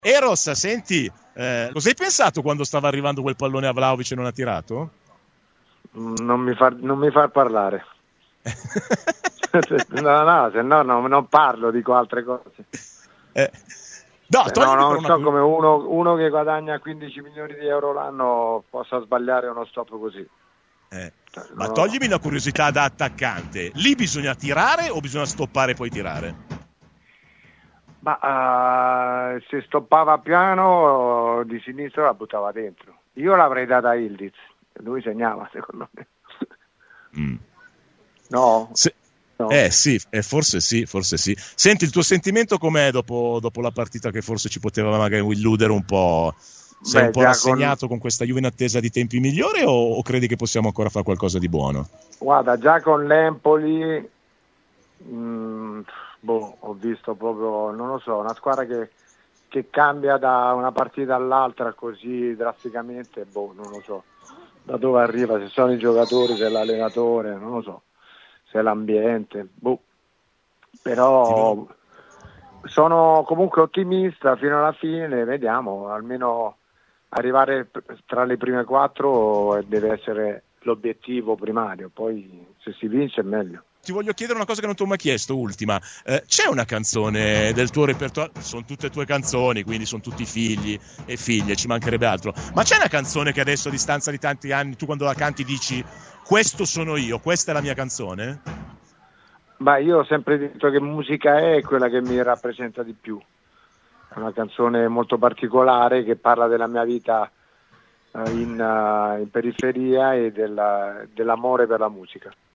Eros, senti, cosa hai pensato quando stava arrivando quel pallone a Vlahovic e non ha tirato? Non mi far parlare. No, se no non parlo, dico altre cose. No, Non so come uno che guadagna 15 milioni di euro l'anno possa sbagliare uno stop così. Ma toglimi una curiosità da attaccante. Lì bisogna tirare o bisogna stoppare e poi tirare? Ma se stoppava piano di sinistra la buttava dentro. Io l'avrei data a Ildiz, lui segnava secondo me. No? No. Sì, forse sì. Senti, il tuo sentimento com'è dopo la partita, che forse ci poteva magari illudere un po'? Sei un po' rassegnato con questa Juve in attesa di tempi migliori o credi che possiamo ancora fare qualcosa di buono? Guarda, già con l'Empoli ho visto proprio, non lo so, una squadra che cambia da una partita all'altra così drasticamente, non lo so da dove arriva, se sono i giocatori, se è l'allenatore, non lo so, se è l'ambiente, però sono comunque ottimista fino alla fine, vediamo, almeno arrivare tra le prime 4 deve essere l'obiettivo primario, poi se si vince è meglio. Ti voglio chiedere una cosa che non ti ho mai chiesto, ultima. C'è una canzone del tuo repertorio? Sono tutte tue canzoni, quindi sono tutti figli e figlie, ci mancherebbe altro. Ma c'è una canzone che adesso, a distanza di tanti anni, tu quando la canti dici questo sono io, questa è la mia canzone? Io ho sempre detto che musica è quella che mi rappresenta di più. È una canzone molto particolare che parla della mia vita in periferia e dell'amore per la musica.